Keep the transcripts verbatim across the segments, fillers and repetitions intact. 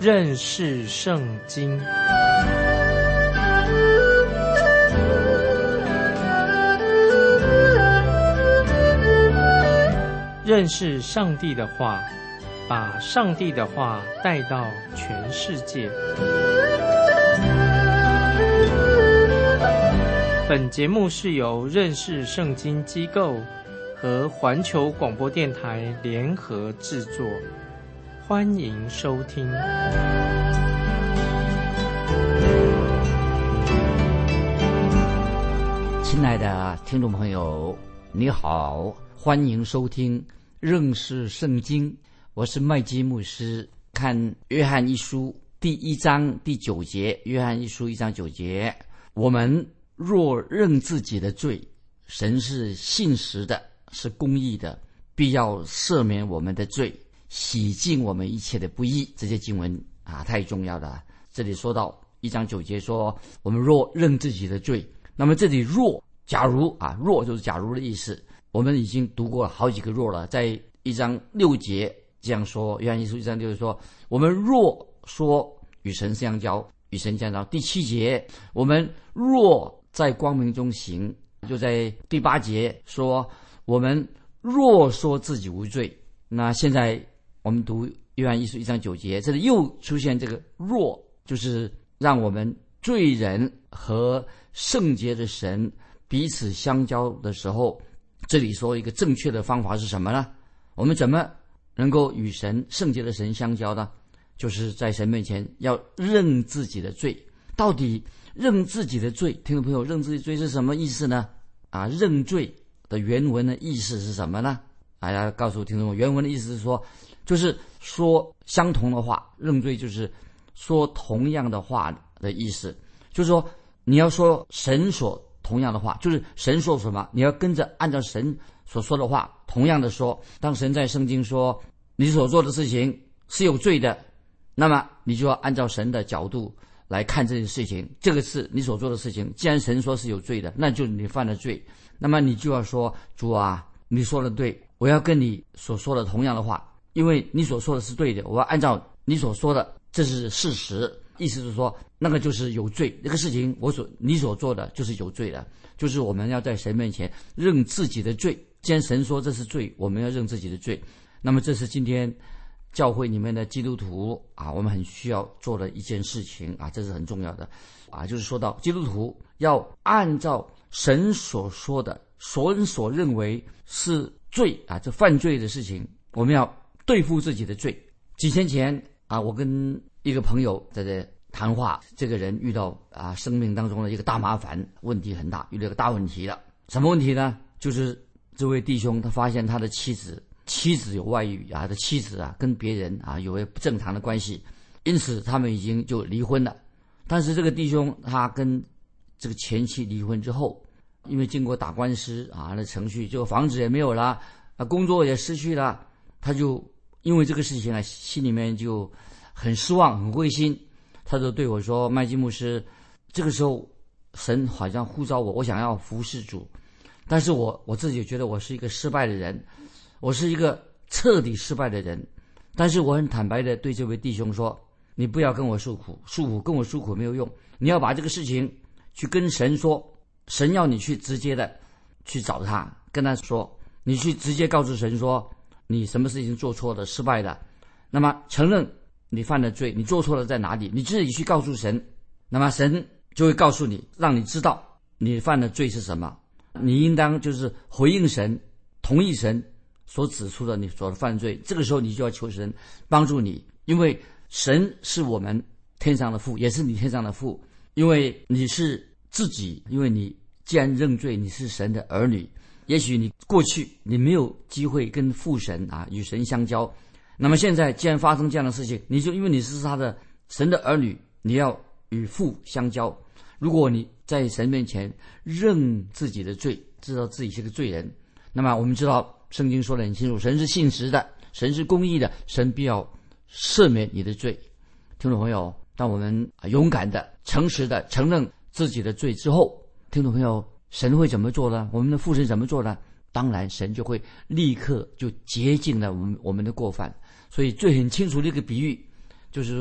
认识圣经。认识上帝的话，把上帝的话带到全世界。本节目是由认识圣经机构和环球广播电台联合制作，欢迎收听。 亲爱的听众朋友，你好，欢迎收听认识圣经，我是麦基牧师。看约翰一书第一章第九节，约翰一书一章九节，我们若认自己的罪，神是信实的，是公义的，必要赦免我们的罪，洗净我们一切的不义。这些经文啊，太重要了。这里说到一章九节说，我们若认自己的罪，那么这里若，假如啊，若就是假如的意思。我们已经读过好几个若了，在一章六节这样说，约翰一书一章六节说，我们若说与神相交，与神相交。第七节，我们若在光明中行，就在第八节说，我们若说自己无罪。那现在我们读约翰一书一章九节，这里又出现这个若，就是让我们罪人和圣洁的神彼此相交的时候，这里说一个正确的方法是什么呢？我们怎么能够与神圣洁的神相交呢？就是在神面前要认自己的罪。到底认自己的罪，听众朋友，认自己的罪是什么意思呢？啊，认罪的原文的意思是什么呢？大家告诉听众，原文的意思是说，就是说相同的话，认罪就是说同样的话的意思。就是说你要说神所同样的话，就是神说什么，你要跟着按照神所说的话同样的说。当神在圣经说你所做的事情是有罪的，那么你就要按照神的角度来看这件事情，这个是你所做的事情，既然神说是有罪的，那就你犯了罪，那么你就要说，主啊，你说的对，我要跟你所说的同样的话，因为你所说的是对的，我要按照你所说的，这是事实。意思是说，那个就是有罪，那个事情我所你所做的就是有罪的，就是我们要在神面前认自己的罪。既然神说这是罪，我们要认自己的罪。那么这是今天教会里面的基督徒啊，我们很需要做的一件事情啊，这是很重要的啊，就是说到基督徒要按照神所说的，神所认为是罪啊，这犯罪的事情，我们要对付自己的罪。几天前啊，我跟一个朋友在这谈话，这个人遇到啊生命当中的一个大麻烦，问题很大，遇到一个大问题了。什么问题呢？就是这位弟兄他发现他的妻子妻子有外遇啊，他的妻子啊跟别人啊有一不正常的关系，因此他们已经就离婚了。但是这个弟兄他跟这个前妻离婚之后，因为经过打官司啊那程序，这个房子也没有了，啊工作也失去了，他就因为这个事情啊心里面就很失望很灰心。他就对我说，麦基牧师，这个时候神好像呼召我，我想要服侍主，但是我我自己觉得我是一个失败的人，我是一个彻底失败的人。但是我很坦白的对这位弟兄说，你不要跟我诉苦，诉苦跟我诉苦没有用，你要把这个事情去跟神说，神要你去直接的去找他，跟他说，你去直接告诉神说你什么事情做错了，失败了，那么承认你犯了罪，你做错了在哪里，你自己去告诉神，那么神就会告诉你，让你知道你犯的罪是什么，你应当就是回应神，同意神所指出的你所犯罪。这个时候你就要求神帮助你，因为神是我们天上的父，也是你天上的父，因为你是自己，因为你既然认罪，你是神的儿女，也许你过去你没有机会跟父神啊与神相交，那么现在既然发生这样的事情，你就因为你是他的神的儿女，你要与父相交。如果你在神面前认自己的罪，知道自己是个罪人，那么我们知道圣经说得很清楚，神是信实的，神是公义的，神必要赦免你的罪。听众朋友，当我们勇敢的诚实的承认自己的罪之后，听众朋友，神会怎么做呢？我们的父神怎么做呢？当然神就会立刻就洁净了我们我们的过犯。所以最很清楚的一个比喻，就是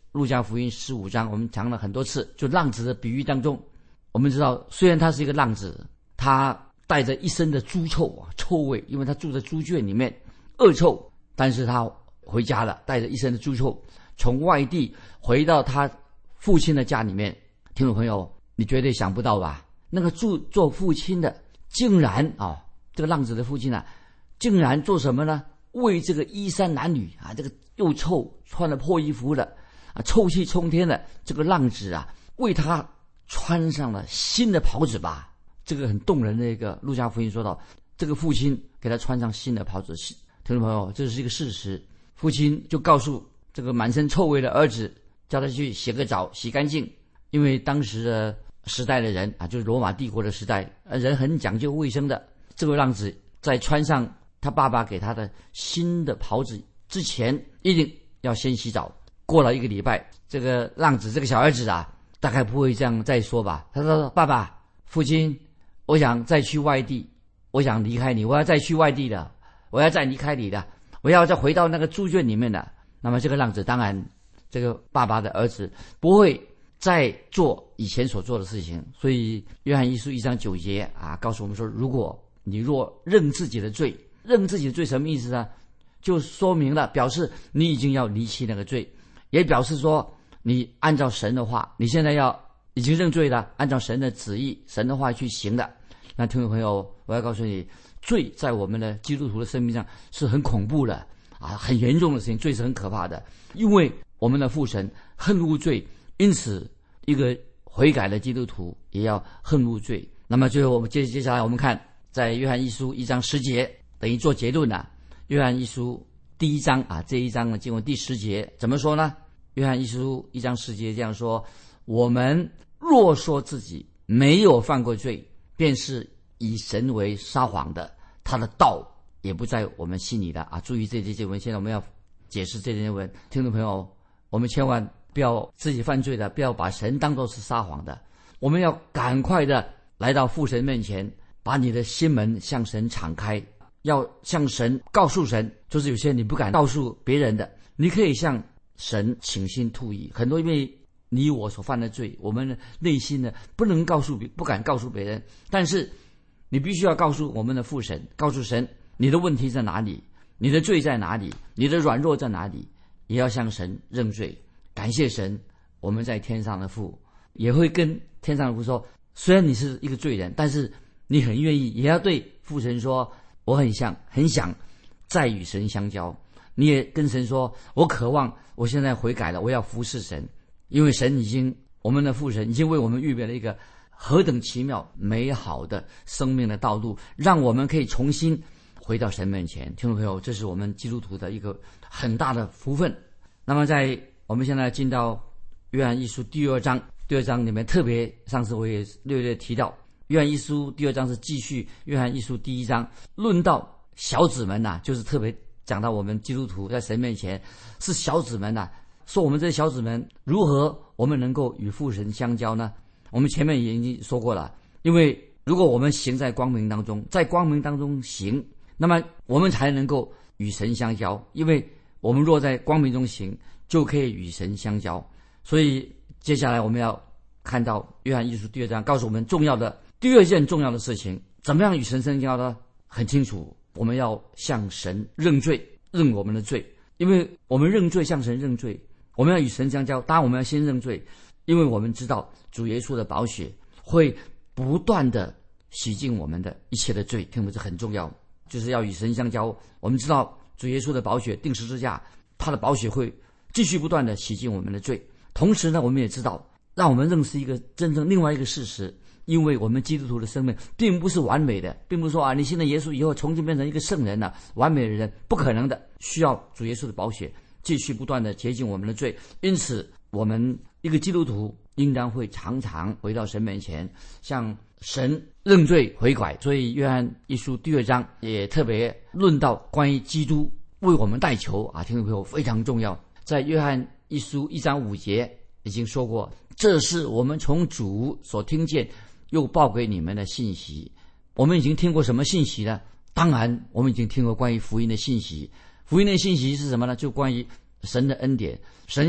路加福音十五章我们讲了很多次，就浪子的比喻当中，我们知道虽然他是一个浪子，他带着一身的猪臭啊臭味，因为他住在猪圈里面，恶臭，但是他回家了，带着一身的猪臭，从外地回到他父亲的家里面。听众朋友，你绝对想不到吧？那个住做父亲的，竟然啊、哦，这个浪子的父亲啊，竟然做什么呢？为这个衣衫褴褛啊，这个又臭，穿了破衣服的啊，臭气冲天的这个浪子啊，为他穿上了新的袍子吧。这个很动人的一个路加福音说到，这个父亲给他穿上新的袍子。听众朋友，这是一个事实。父亲就告诉这个满身臭味的儿子，叫他去洗个澡，洗干净。因为当时的时代的人啊，就是罗马帝国的时代，人很讲究卫生的。这个浪子在穿上他爸爸给他的新的袍子之前，一定要先洗澡。过了一个礼拜，这个浪子这个小儿子啊，大概不会这样再说吧。他说：“爸爸，父亲，我想再去外地，我想离开你，我要再去外地的，我要再离开你的，我要再回到那个猪圈里面的。”那么这个浪子当然，这个爸爸的儿子不会再做以前所做的事情。所以约翰一书一章九节啊，告诉我们说，如果你若认自己的罪，认自己的罪什么意思呢？就说明了，表示你已经要离弃那个罪，也表示说你按照神的话，你现在要已经认罪了，按照神的旨意、神的话去行的。那听众朋友，我要告诉你，罪在我们的基督徒的生命上是很恐怖的啊，很严重的事情。罪是很可怕的，因为我们的父神恨恶罪，因此一个悔改的基督徒也要恨恶罪。那么最后我们接接下来我们看在约翰一书一章十节，等于做结论了、啊。约翰一书第一章啊，这一章的经文第十节怎么说呢？约翰一书一章十节这样说：我们若说自己没有犯过罪，便是以神为撒谎的，他的道也不在我们心里的啊。注意这节经文，现在我们要解释这节经文，听众朋友，我们千万不要自己犯罪的，不要把神当作是撒谎的，我们要赶快的来到父神面前，把你的心门向神敞开，要向神告诉神，就是有些你不敢告诉别人的，你可以向神倾心吐意。很多因为你我所犯的罪，我们的内心呢不能告诉别不敢告诉别人，但是你必须要告诉我们的父神，告诉神你的问题在哪里，你的罪在哪里，你的软弱在哪里，也要向神认罪。感谢神，我们在天上的父也会跟天上的父说，虽然你是一个罪人，但是你很愿意，也要对父神说，我很想很想再与神相交。你也跟神说，我渴望我现在悔改了，我要服侍神，因为神已经，我们的父神已经为我们预备了一个何等奇妙美好的生命的道路，让我们可以重新回到神面前。听众朋友，这是我们基督徒的一个很大的福分。那么在我们现在进到约翰一书第二章，第二章里面特别，上次我也略略提到，约翰一书第二章是继续约翰一书第一章，论到小子们呐、啊，就是特别讲到我们基督徒在神面前是小子们呐、啊，说我们这些小子们如何我们能够与父神相交呢？我们前面也已经说过了，因为如果我们行在光明当中，在光明当中行，那么我们才能够与神相交，因为我们若在光明中行，就可以与神相交。所以接下来我们要看到约翰一书第二章告诉我们重要的第二件重要的事情，怎么样与神相交呢？很清楚，我们要向神认罪，认我们的罪。因为我们认罪，向神认罪，我们要与神相交，当然我们要先认罪，因为我们知道主耶稣的宝血会不断的洗净我们的一切的罪，听不这很重要，就是要与神相交。我们知道主耶稣的宝血钉十字架，他的宝血会继续不断的洗净我们的罪。同时呢，我们也知道，让我们认识一个真正另外一个事实，因为我们基督徒的生命并不是完美的，并不是说啊，你信了耶稣以后重新变成一个圣人了、啊，完美的人，不可能的，需要主耶稣的宝血继续不断的洁净我们的罪。因此，我们一个基督徒应当会常常回到神面前，向神认罪悔改。所以，约翰一书第二章也特别论到关于基督为我们代求啊，听众朋友非常重要。在约翰一书一章五节已经说过，这是我们从主所听见又报给你们的信息。我们已经听过什么信息呢？当然我们已经听过关于福音的信息。福音的信息是什么呢？就关于神的恩典，神要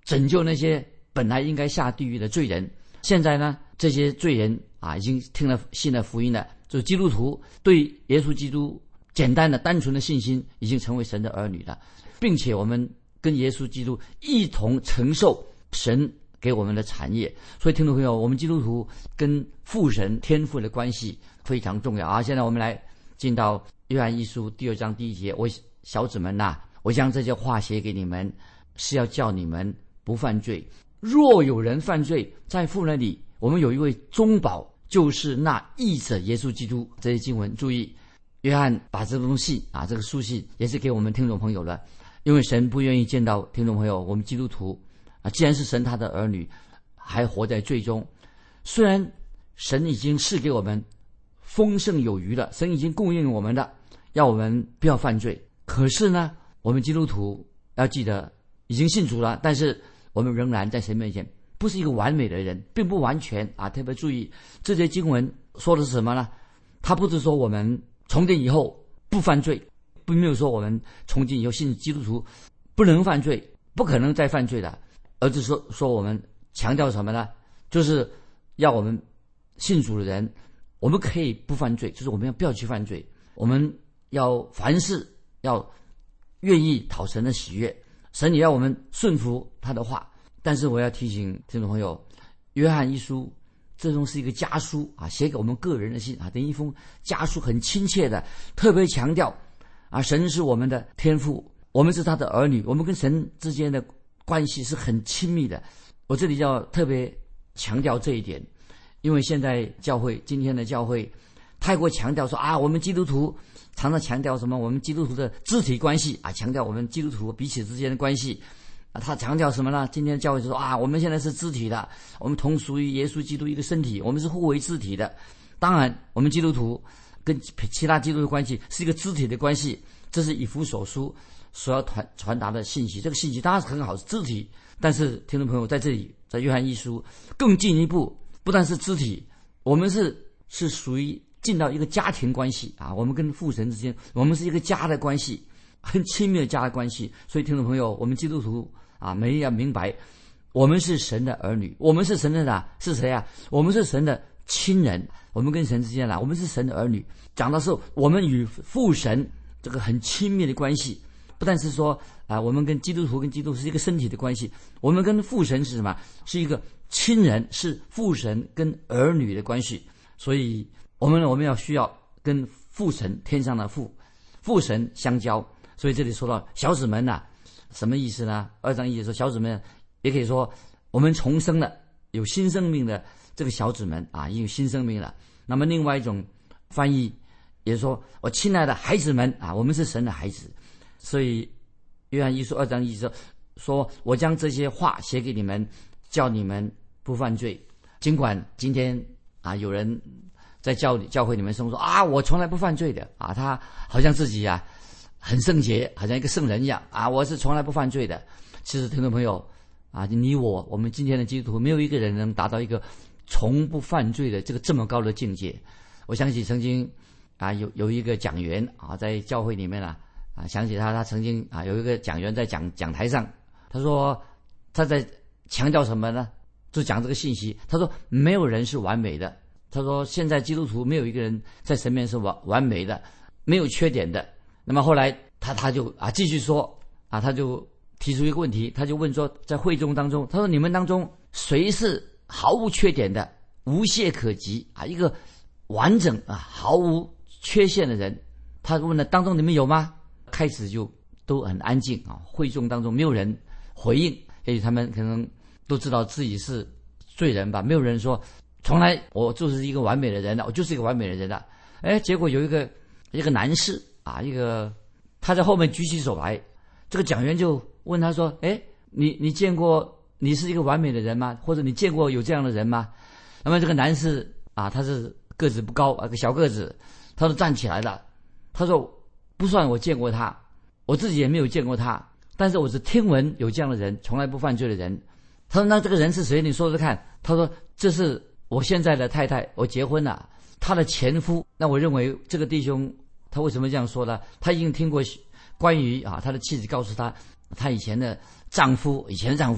拯救那些本来应该下地狱的罪人。现在呢，这些罪人啊，已经听了信了福音了，就是基督徒对耶稣基督简单的单纯的信心，已经成为神的儿女了，并且我们跟耶稣基督一同承受神给我们的产业。所以听众朋友，我们基督徒跟父神天父的关系非常重要啊！现在我们来进到约翰一书第二章第一节，我小子们呐、啊，我将这些话写给你们，是要叫你们不犯罪。若有人犯罪，在父那里我们有一位中保，就是那义者耶稣基督。这些经文注意，约翰把这封信啊，这个书信也是给我们听众朋友的，因为神不愿意见到听众朋友我们基督徒啊，既然是神他的儿女，还活在罪中。虽然神已经赐给我们丰盛有余了，神已经供应我们的，要我们不要犯罪。可是呢，我们基督徒要记得，已经信主了，但是我们仍然在神面前不是一个完美的人，并不完全啊。特别注意，这些经文说的是什么呢？他不是说我们从今以后不犯罪，并没有说我们从今以后信基督徒不能犯罪，不可能再犯罪的，而是说说我们强调什么呢？就是要我们信主的人，我们可以不犯罪，就是我们要不要去犯罪，我们要凡事要愿意讨神的喜悦，神也要我们顺服他的话。但是我要提醒听众朋友，约翰一书这种是一个家书啊，写给我们个人的信啊，等于一封家书，很亲切的，特别强调啊，神是我们的天父，我们是他的儿女，我们跟神之间的关系是很亲密的。我这里要特别强调这一点，因为现在教会今天的教会太过强调说啊，我们基督徒常常强调什么？我们基督徒的肢体关系啊，强调我们基督徒彼此之间的关系啊。他强调什么呢？今天的教会就说啊，我们现在是肢体的，我们同属于耶稣基督一个身体，我们是互为肢体的。当然，我们基督徒跟其他基督徒的关系是一个肢体的关系，这是以弗所书所要传传达的信息。这个信息当然是很好，是肢体。但是听众朋友在这里，在约翰一书更进一步，不但是肢体，我们是是属于进到一个家庭关系啊，我们跟父神之间，我们是一个家的关系，很亲密的家的关系。所以听众朋友，我们基督徒啊，每一要明白，我们是神的儿女，我们是神的啊，是谁啊？我们是神的亲人，我们跟神之间啊，我们是神的儿女。讲的是我们与父神这个很亲密的关系，不但是说啊，我们跟基督徒跟基督徒是一个身体的关系，我们跟父神是什么？是一个亲人，是父神跟儿女的关系。所以我们我们要需要跟父神，天上的父父神相交。所以这里说到小子们啊，什么意思呢？二章一节说小子们，也可以说我们重生了，有新生命的这个小子们啊，已经有新生命了。那么另外一种翻译也说，我亲爱的孩子们啊，我们是神的孩子。所以约翰一书二章一节说，我将这些话写给你们，叫你们不犯罪。尽管今天啊，有人在教教会里面说说啊，我从来不犯罪的啊，他好像自己啊很圣洁，好像一个圣人一样啊，我是从来不犯罪的。其实听众朋友啊，你我我们今天的基督徒没有一个人能达到一个从不犯罪的这个这么高的境界。我想起曾经啊有有一个讲员啊在教会里面啊啊想起他他曾经啊有一个讲员在讲讲台上，他说他在强调什么呢？就讲这个信息，他说没有人是完美的。他说现在基督徒没有一个人在神面前是完完美的，没有缺点的。那么后来他他就啊继续说啊，他就提出一个问题，他就问说，在会众当中，他说你们当中谁是毫无缺点的，无懈可击啊，一个完整啊毫无缺陷的人？他问了，当中你们有吗？开始就都很安静啊，会众当中没有人回应，也许他们可能都知道自己是罪人吧，没有人说从来我就是一个完美的人了，我就是一个完美的人了。哎，结果有一个一个男士啊，一个他在后面举起手来，这个讲员就问他说：“哎，你你见过你是一个完美的人吗？或者你见过有这样的人吗？”那么这个男士啊，他是个子不高啊，个小个子，他就站起来了，他说：“不算我见过他，我自己也没有见过他，但是我是听闻有这样的人，从来不犯罪的人。”他说：“那这个人是谁？你说说看。”他说：“这是我现在的太太，我结婚了，她的前夫。”那我认为这个弟兄他为什么这样说呢？他已经听过关于啊他的妻子告诉他，他以前的丈夫，以前的丈夫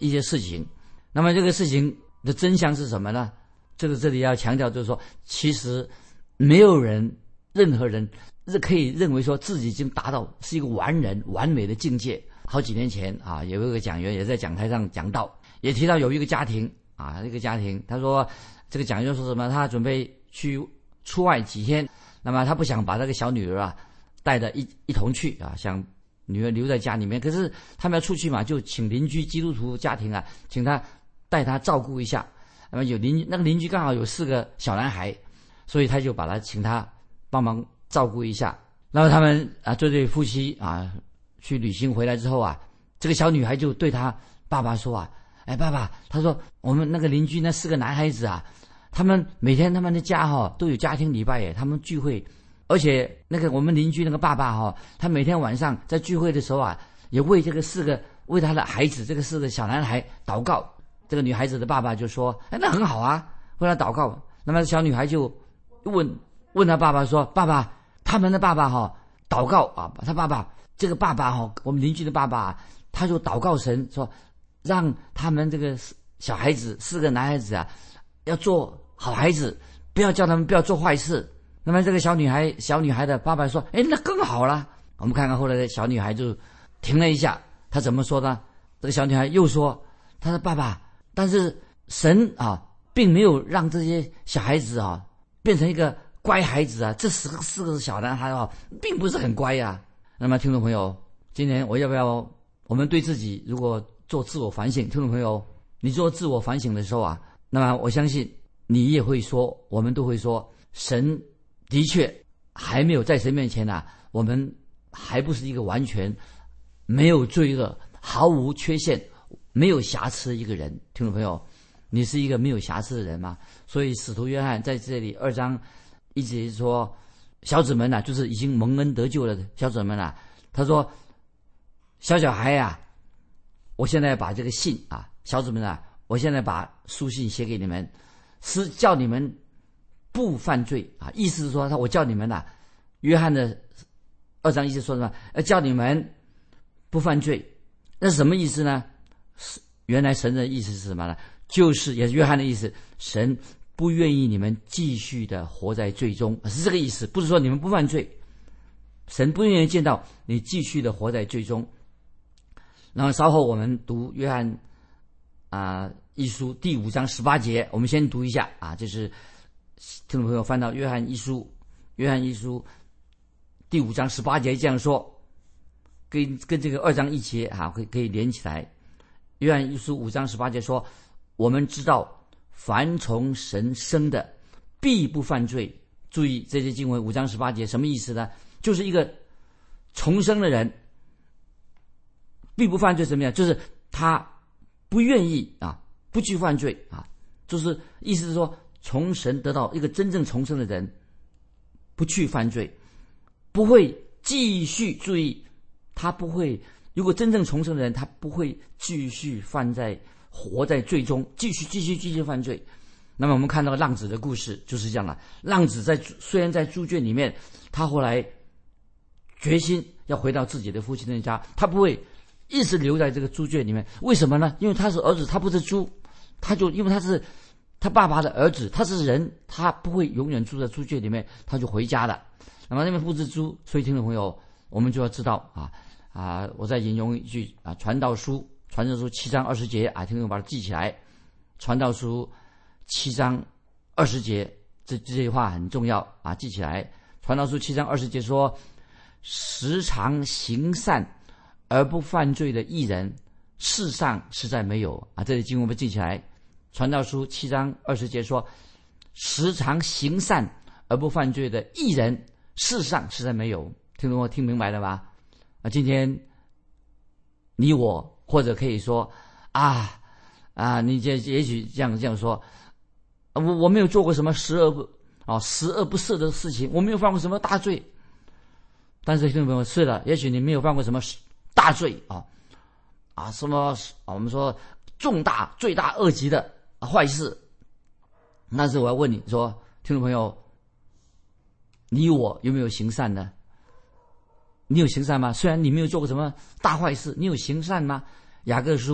一些事情。那么这个事情的真相是什么呢？这个这里要强调就是说，其实没有人任何人是可以认为说自己已经达到是一个完人完美的境界。好几年前啊，有一个讲员也在讲台上讲到，也提到有一个家庭啊，这个家庭他说，这个讲员说什么，他准备去出外几天，那么他不想把那个小女儿啊带着一一同去啊，想女儿留在家里面，可是他们要出去嘛，就请邻居基督徒家庭啊，请他带他照顾一下。那么有邻居那个邻居刚好有四个小男孩，所以他就把他请他帮忙照顾一下。然后他们啊这对夫妻啊去旅行回来之后啊，这个小女孩就对他爸爸说啊，哎爸爸，他说我们那个邻居那四个男孩子啊，他们每天他们的家哈、哦、都有家庭礼拜耶，他们聚会，而且那个我们邻居那个爸爸哈、哦，他每天晚上在聚会的时候啊，也为这个四个为他的孩子这个四个小男孩祷告。这个女孩子的爸爸就说：“哎，那很好啊，为他祷告。”那么小女孩就问问他爸爸说：“爸爸，他们的爸爸哈、哦、祷告啊，他爸爸这个爸爸哈、哦，我们邻居的爸爸、啊，他就祷告神说，让他们这个小孩子四个男孩子啊，要做好孩子，不要叫他们不要做坏事。”那么这个小女孩小女孩的爸爸说：“哎，那更好了。”我们看看后来的小女孩就停了一下，她怎么说呢？这个小女孩又说：“她说爸爸。”但是神啊，并没有让这些小孩子啊变成一个乖孩子啊，这四个四个小男孩啊，并不是很乖呀、啊。那么，听众朋友，今天我要不要我们对自己如果做自我反省？听众朋友，你做自我反省的时候啊，那么我相信你也会说，我们都会说，神的确还没有在神面前啊，我们还不是一个完全没有罪恶、毫无缺陷、没有瑕疵的一个人。听众朋友，你是一个没有瑕疵的人吗？所以使徒约翰在这里二章一直说，小子们啊，就是已经蒙恩得救的小子们啊，他说小小孩啊，我现在把这个信啊，小子们啊，我现在把书信写给你们，是叫你们不犯罪啊，意思是说他我叫你们啊，约翰的二章意思说什么？呃，叫你们不犯罪。那是什么意思呢？原来神的意思是什么呢？就是也是约翰的意思，神不愿意你们继续的活在罪中，是这个意思，不是说你们不犯罪，神不愿意见到你继续的活在罪中。然后稍后我们读约翰啊、呃、一书第五章十八节，我们先读一下啊，就是听众朋友翻到约翰一书，约翰一书第五章十八节这样说，跟跟这个二章一节啊可以可以连起来。约翰一书五章十八节说，我们知道凡从神生的必不犯罪。注意这些经文五章十八节什么意思呢？就是一个重生的人必不犯罪，什么样？就是他不愿意啊，不去犯罪啊，就是意思是说，从神得到一个真正重生的人，不去犯罪，不会继续。注意，他不会。如果真正重生的人，他不会继续犯在活在罪中，继续继续继续犯罪。那么我们看到浪子的故事就是这样的。浪子在虽然在猪圈里面，他后来决心要回到自己的父亲的家，他不会一直留在这个猪圈里面。为什么呢？因为他是儿子，他不是猪，他就因为他是他爸爸的儿子，他是人，他不会永远住在猪圈里面，他就回家了。那么因为不是猪，所以听众朋友，我们就要知道啊。啊，我再引用一句啊，《传道书》传道书七章二十节啊，听众把它记起来。《传道书》七章二十节，这这句话很重要啊，记起来。《传道书》七章二十节说：“时常行善而不犯罪的义人，世上实在没有啊。”这里经文我们记起来。《传道书》七章二十节说：“时常行善而不犯罪的义人，世上实在没有。”听众朋友听明白了吧？啊，今天你我或者可以说啊啊，你这也许这样这样说，我我没有做过什么十恶不啊十恶不赦的事情，我没有犯过什么大罪。但是听众朋友，是的，也许你没有犯过什么大罪啊啊什么啊我们说重大罪大恶极的坏事。但是我要问你说，听众朋友，你我有没有行善呢？你有行善吗？虽然你没有做过什么大坏事，你有行善吗？雅各书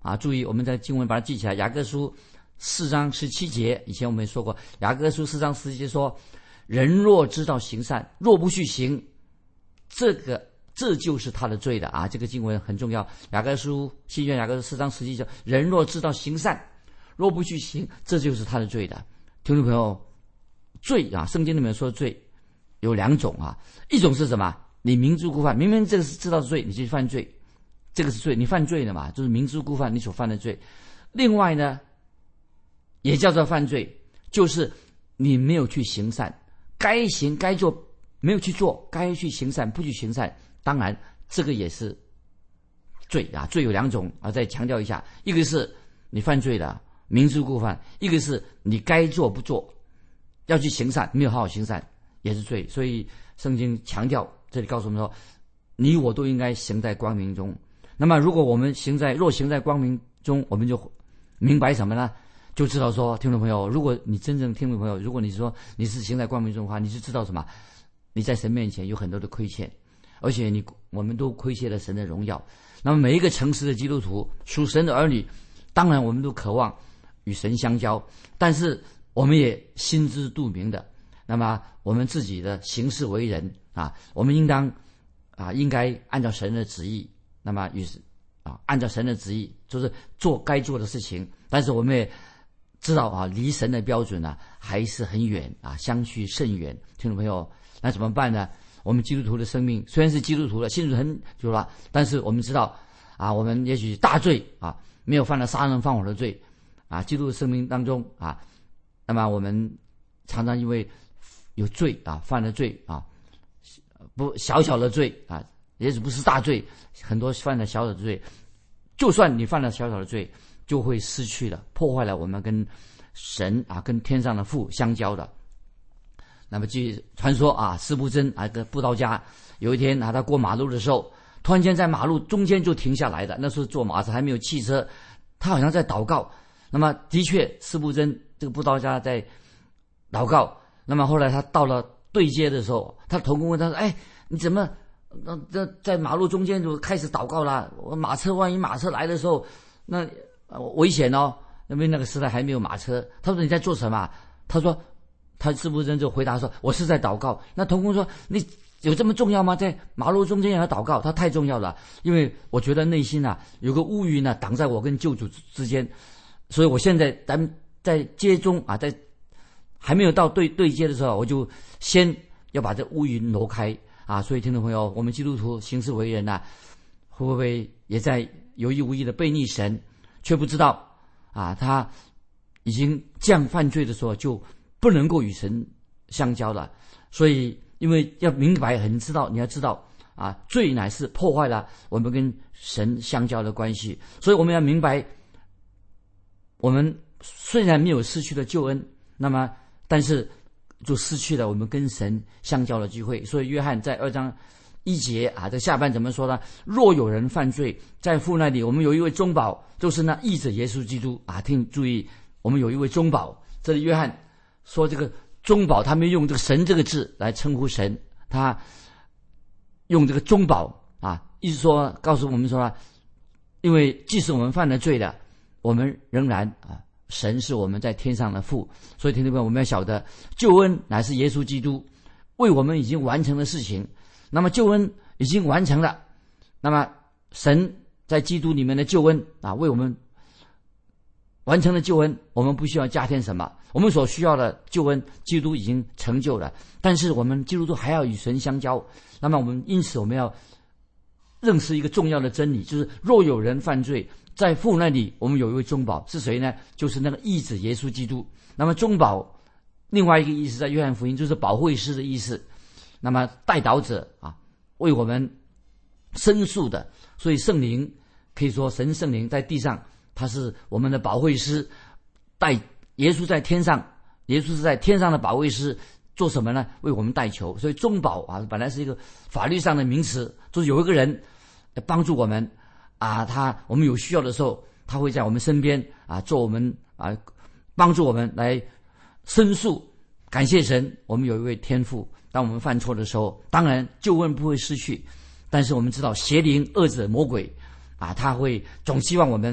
啊，注意我们在经文把它记起来，雅各书四章十七节，以前我们也说过，雅各书四章十七节说，人若知道行善，若不去行，这个这就是他的罪的啊！这个经文很重要。雅各书新约雅各书四章十七节，人若知道行善，若不去行，这就是他的罪的。听众朋友，罪啊，圣经里面说罪有两种啊，一种是什么？你明知故犯，明明这个是知道罪，你去犯罪，这个是罪，你犯罪了嘛，就是明知故犯，你所犯的罪。另外呢，也叫做犯罪，就是你没有去行善，该行该做没有去做，该去行善不去行善，当然这个也是罪啊。罪有两种啊，再强调一下，一个是你犯罪了，明知故犯，一个是你该做不做，要去行善没有好好行善，也是罪。所以圣经强调，这里告诉我们说，你我都应该行在光明中。那么如果我们行在若行在光明中，我们就明白什么呢？就知道说，听众朋友，如果你真正听众朋友，如果你说你是行在光明中的话，你就知道什么？你在神面前有很多的亏欠，而且你我们都亏欠了神的荣耀。那么每一个诚实的基督徒，属神的儿女，当然我们都渴望与神相交，但是我们也心知肚明的，那么我们自己的行事为人啊，我们应当啊应该按照神的旨意，那么与啊按照神的旨意，就是做该做的事情。但是我们也知道啊，离神的标准呢、啊、还是很远啊，相去甚远。听众朋友，那怎么办呢？我们基督徒的生命虽然是基督徒了，信主很久了，但是我们知道啊，我们也许大罪啊，没有犯了杀人放火的罪啊，基督的生命当中啊，那么我们常常因为有罪啊，犯了罪啊，不小小的罪啊，也许不是大罪，很多犯了小小的罪，就算你犯了小小的罪，就会失去了，破坏了我们跟神啊，跟天上的父相交的。那么据传说啊，司布真啊，个布道家，有一天啊，他过马路的时候，突然间在马路中间就停下来的。那时候坐马车还没有汽车，他好像在祷告。那么的确，司布真这个布道家在祷告。那么后来他到了对街的时候，他的同工问他说：“哎，你怎么那这在马路中间就开始祷告了？我马车万一马车来的时候，那危险哦。因为那个时代还没有马车。”他说：“你在做什么？”他说。他司布真就回答说：“我是在祷告。”那同工说：“你有这么重要吗？在马路中间也要祷告？”他太重要了，因为我觉得内心啊有个乌云啊挡在我跟救主之间，所以我现在咱在街中啊，在还没有到对对街的时候，我就先要把这乌云挪开啊。所以听众朋友，我们基督徒行事为人呐、啊，会不会也在有意无意的背逆神，却不知道啊？他已经这样犯罪的时候就不能够与神相交了。所以因为要明白，很知道，你要知道啊，罪乃是破坏了我们跟神相交的关系。所以我们要明白，我们虽然没有失去了救恩，那么但是就失去了我们跟神相交的机会。所以约翰在二章一节啊，这下半怎么说呢？若有人犯罪，在父那里我们有一位中保，就是那义者耶稣基督啊。听注意，我们有一位中保。这里约翰说这个中保，他没用这个神这个字来称呼神，他用这个中保啊，意思说告诉我们说，因为即使我们犯了罪了，我们仍然啊，神是我们在天上的父。所以听众朋友，我们要晓得救恩乃是耶稣基督为我们已经完成的事情。那么救恩已经完成了，那么神在基督里面的救恩啊，为我们完成了救恩，我们不需要加添什么，我们所需要的救恩基督已经成就了。但是我们基督徒还要与神相交，那么我们因此我们要认识一个重要的真理，就是若有人犯罪，在父那里我们有一位中保，是谁呢？就是那个义子耶稣基督。那么中保另外一个意思在约翰福音就是保惠师的意思，那么代祷者啊，为我们申诉的。所以圣灵可以说神圣灵在地上，他是我们的保惠师，代耶稣在天上，耶稣是在天上的保惠师，做什么呢？为我们代求。所以中保啊，本来是一个法律上的名词，就是有一个人帮助我们啊，他我们有需要的时候，他会在我们身边啊，做我们啊，帮助我们来申诉。感谢神，我们有一位天父，当我们犯错的时候，当然救恩不会失去，但是我们知道邪灵、恶者、魔鬼啊，他会总希望我们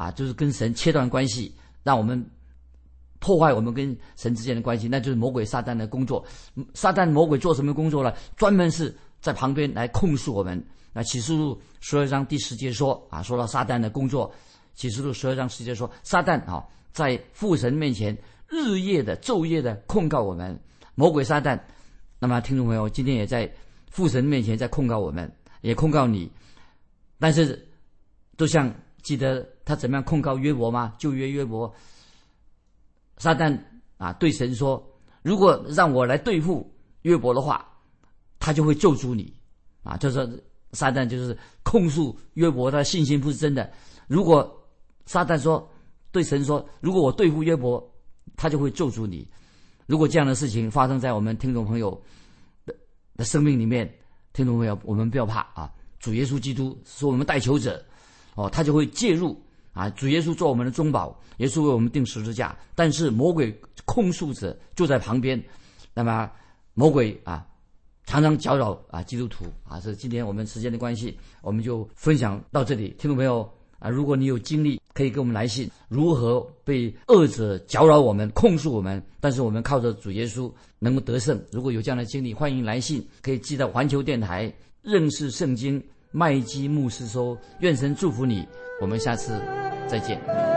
啊，就是跟神切断关系，让我们破坏我们跟神之间的关系，那就是魔鬼撒旦的工作。撒旦魔鬼做什么工作呢？专门是在旁边来控诉我们。那启示录十二章第十节说啊，说到撒旦的工作，启示录十二章十节说，撒旦啊在父神面前日夜的昼夜的控告我们。魔鬼撒旦，那么听众朋友今天也在父神面前在控告我们，也控告你。但是都像记得他怎么样控告约伯吗？旧约约伯，撒旦啊对神说，如果让我来对付约伯的话，他就会咒诅你啊。就是撒旦就是控诉约伯他的信心不是真的。如果撒旦说对神说，如果我对付约伯，他就会咒诅你。如果这样的事情发生在我们听众朋友 的, 的生命里面，听众朋友我们不要怕啊，主耶稣基督是我们代求者哦，他就会介入啊。主耶稣做我们的中保，耶稣为我们钉十字架，但是魔鬼控诉者就在旁边。那么魔鬼啊常常搅扰啊基督徒啊。是今天我们时间的关系，我们就分享到这里。听众朋友啊，如果你有经历，可以给我们来信，如何被恶者搅扰我们、控诉我们，但是我们靠着主耶稣能够得胜。如果有这样的经历，欢迎来信，可以寄到环球电台认识圣经麦基牧师收。愿神祝福你，我们下次再见。